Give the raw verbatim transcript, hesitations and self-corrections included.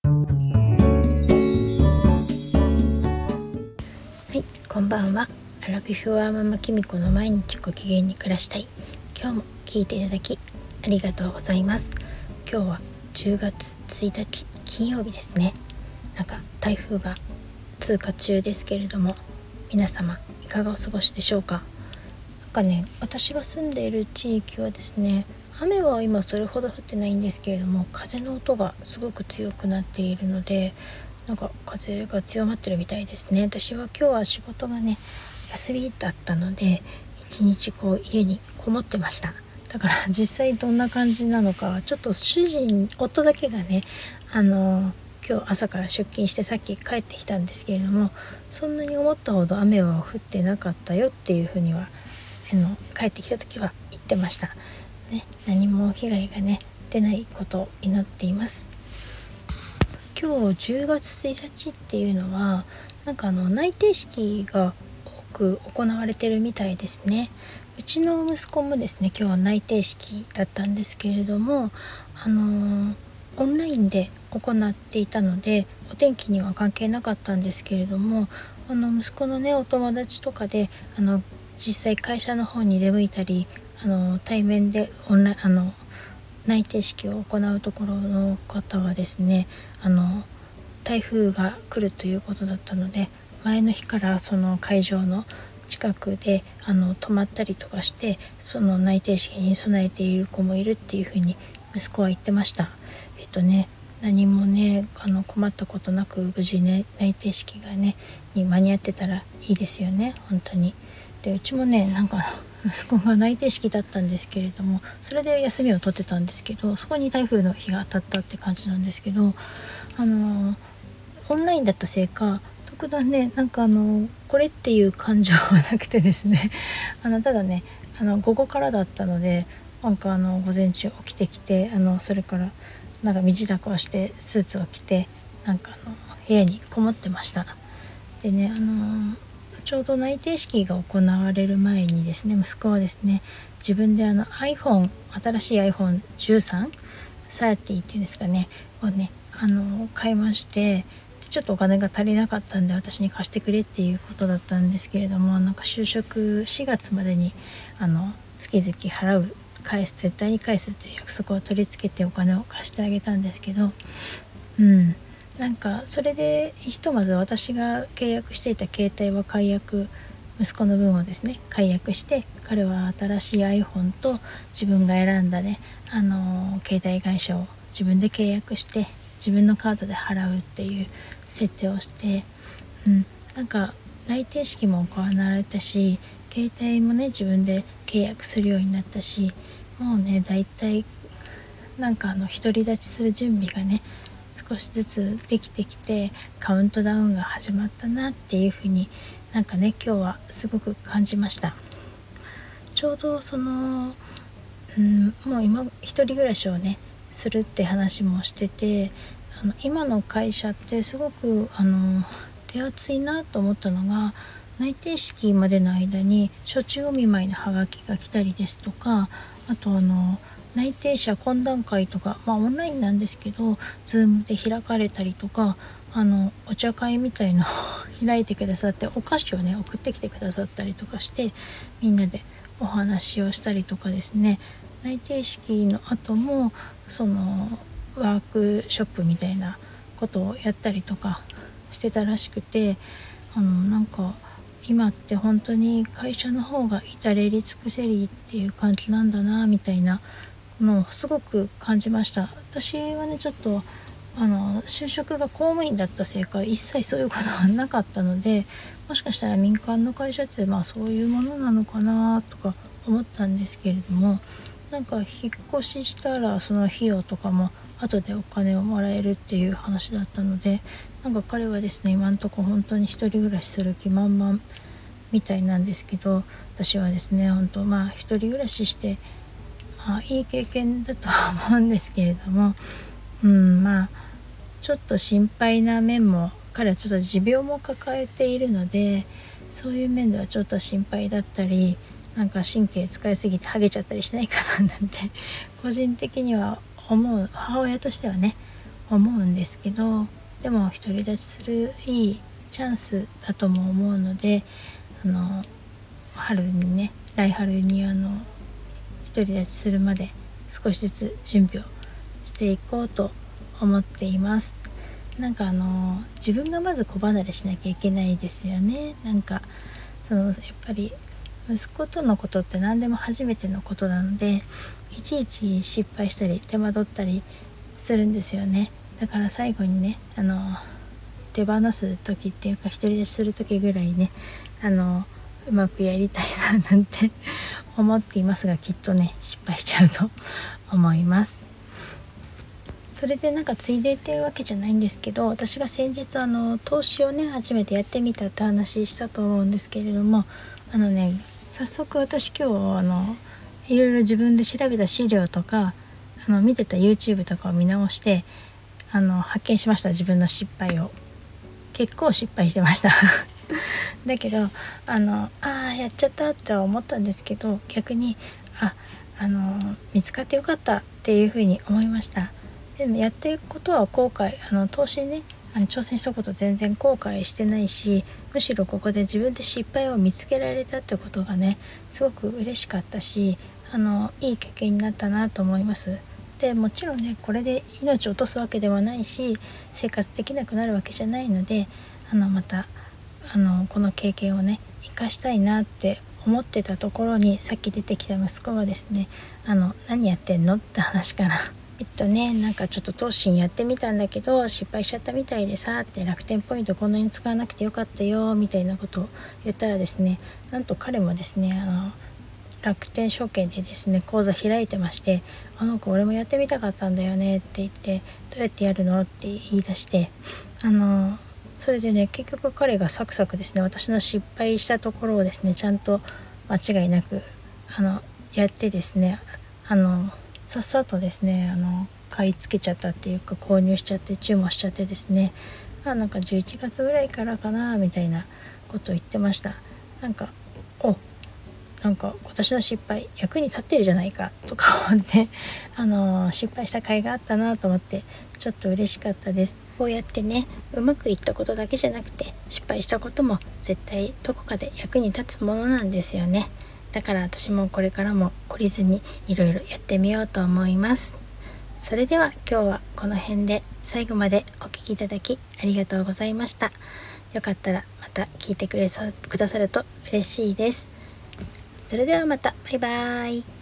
はい、こんばんは。アラビフはママキミコの毎日ご機嫌に暮らしたい。今日も聞いていただきありがとうございます。今日はじゅうがつついたち金曜日ですね。なんか台風が通過中ですけれども、皆様いかがお過ごしでしょうか。なんかね、私が住んでいる地域はですね、雨は今それほど降ってないんですけれども、風の音がすごく強くなっているので、なんか風が強まってるみたいですね。私は今日は仕事がね休みだったので、一日こう家にこもってました。だから実際どんな感じなのか、ちょっと主人夫だけがね、あの今日朝から出勤してさっき帰ってきたんですけれども、そんなに思ったほど雨は降ってなかったよっていうふうにはあの帰ってきた時は言ってましたね。何も被害がね出ないことを祈っています。今日じゅうがつついたちっていうのはなんかあの内定式が多く行われてるみたいですね。うちの息子もですね、今日は内定式だったんですけれども、あのー、オンラインで行っていたのでお天気には関係なかったんですけれども、あの息子のねお友達とかであの実際会社の方に出向いたり、あの対面でオンラインあの内定式を行うところの方はですね、あの台風が来るということだったので、前の日からその会場の近くであの泊まったりとかして、その内定式に備えている子もいるっていうふうに息子は言ってました。えっとね何もねあの困ったことなく無事ね内定式がねに間に合ってたらいいですよね、本当に。でうちもねなんか息子が内定式だったんですけれども、それで休みを取ってたんですけど、そこに台風の日が当たったって感じなんですけど、あのオンラインだったせいか特段ねなんかあのこれっていう感情はなくてですねあのただねあの午後からだったので、なんかあの午前中起きてきて、あのそれからなんか身支度をしてスーツを着て、なんかあの部屋にこもってました。でね、あのちょうど内定式が行われる前にですね、息子はですね自分であの iPhone 新しい アイフォンじゅうさん サーティーっていうんですかねをねあの買いまして、ちょっとお金が足りなかったんで私に貸してくれっていうことだったんですけれども、なんか就職しがつまでにあの月々払う返す絶対に返すっていう約束を取り付けてお金を貸してあげたんですけど、うんなんかそれでひとまず私が契約していた携帯は解約、息子の分をですね解約して、彼は新しい iPhone と自分が選んだねあの携帯会社を自分で契約して自分のカードで払うっていう設定をして、うん、なんか内定式も行われたし、携帯もね自分で契約するようになったし、もうねだいたいなんかあの独り立ちする準備がね少しずつできてきて、カウントダウンが始まったなっていう風になんかね今日はすごく感じました。ちょうどその、うん、もう今一人暮らしをねするって話もしてて、あの今の会社ってすごくあの手厚いなと思ったのが、内定式までの間に初中お見舞いのハガキが来たりですとか、あとあの内定者懇談会とか、まあオンラインなんですけど Zoom で開かれたりとか、あのお茶会みたいのを開いてくださって、お菓子をね送ってきてくださったりとかして、みんなでお話をしたりとかですね、内定式の後もそのワークショップみたいなことをやったりとかしてたらしくて、あのなんか今って本当に会社の方が至れり尽くせりっていう感じなんだなみたいなのをすごく感じました。私はねちょっとあの就職が公務員だったせいか一切そういうことはなかったので、もしかしたら民間の会社ってまあそういうものなのかなとか思ったんですけれども、なんか引っ越ししたらその費用とかも後でお金をもらえるっていう話だったので、なんか彼はですね今んとこ本当に一人暮らしする気満々みたいなんですけど、私はですね本当まあ一人暮らししてまあいい経験だとは思うんですけれども、うんまあちょっと心配な面も、彼はちょっと持病も抱えているので、そういう面ではちょっと心配だったり、なんか神経使いすぎてハゲちゃったりしないかななんて個人的には思う、母親としてはね思うんですけど、でも独り立ちするいいチャンスだとも思うので、あの春にね来春にあの独り立ちするまで少しずつ準備をしていこうと思っています。なんかあの自分がまず子離れしなきゃいけないですよね。なんかそのやっぱり息子とのことって何でも初めてのことなので、いちいち失敗したり手間取ったりするんですよね。だから最後にねあの手放す時っていうか独り立ちする時ぐらいねあのうまくやりたいななんて思っていますが、きっとね失敗しちゃうと思います。それでなんかついでっていうわけじゃないんですけど、私が先日あの投資をね初めてやってみたって話したと思うんですけれども、あのね早速私今日あのいろいろ自分で調べた資料とかあの見てた YouTube とかを見直してあの発見しました。自分の失敗を結構失敗してましただけどあのあーやっちゃったって思ったんですけど、逆にああの見つかってよかったっていうふうに思いました。でもやっていくことは後悔あの投資ねあの挑戦したこと全然後悔してないし、むしろここで自分で失敗を見つけられたってことがねすごく嬉しかったし、あのいい経験になったなと思います。でもちろんねこれで命を落とすわけではないし生活できなくなるわけじゃないので、あのまたあのこの経験をね生かしたいなって思ってたところに、さっき出てきた息子がですねあの何やってんのって話からえっとねなんかちょっと投資やってみたんだけど失敗しちゃったみたいでさって、楽天ポイントこんなに使わなくてよかったよみたいなことを言ったらですね、なんと彼もですねあの楽天証券でですね口座開いてまして、あの子俺もやってみたかったんだよねって言って、どうやってやるのって言い出して、あのそれでね結局彼がサクサクですね私の失敗したところをですねちゃんと間違いなくあのやってですね、あのさっさとですねあの買い付けちゃったっていうか購入しちゃって注文しちゃってですね、あなんかじゅういちがつぐらいからかなみたいなことを言ってました。なんかおなんか私の失敗役に立ってるじゃないかとか思ってあの失敗した甲斐があったなと思ってちょっと嬉しかったです。こうやってねうまくいったことだけじゃなくて失敗したことも絶対どこかで役に立つものなんですよね。だから私もこれからも懲りずにいろいろやってみようと思います。それでは今日はこの辺で、最後までお聞きいただきありがとうございました。よかったらまた聞いてくれさくださると嬉しいです。それではまた、バイバーイ。